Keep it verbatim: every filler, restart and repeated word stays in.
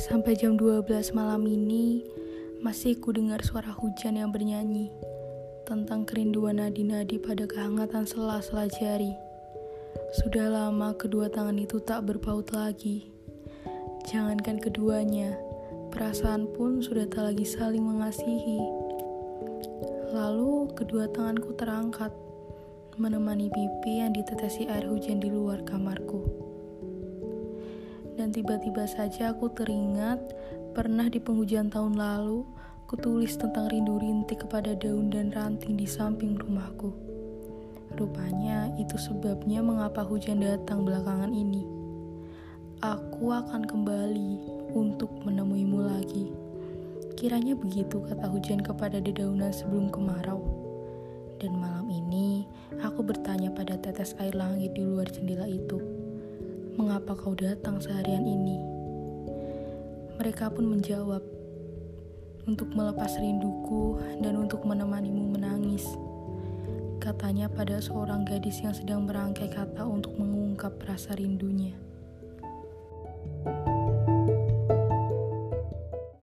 Sampai jam dua belas malam ini, masih ku dengar suara hujan yang bernyanyi tentang kerinduan nadi-nadi pada kehangatan sela-sela jari. Sudah lama kedua tangan itu tak berpaut lagi. Jangankan keduanya, perasaan pun sudah tak lagi saling mengasihi. Lalu kedua tanganku terangkat, menemani pipi yang ditetesi air hujan di luar kamarku. Dan tiba-tiba saja aku teringat pernah di penghujan tahun lalu kutulis tentang rindu rintik kepada daun dan ranting di samping rumahku. Rupanya itu sebabnya mengapa hujan datang belakangan ini. Aku akan kembali untuk menemuimu lagi. Kiranya begitu kata hujan kepada dedaunan sebelum kemarau. Dan malam ini aku bertanya pada tetes air langit di luar jendela itu, mengapa kau datang seharian ini? Mereka pun menjawab, untuk melepas rinduku dan untuk menemanimu menangis. Katanya pada seorang gadis yang sedang merangkai kata untuk mengungkap rasa rindunya.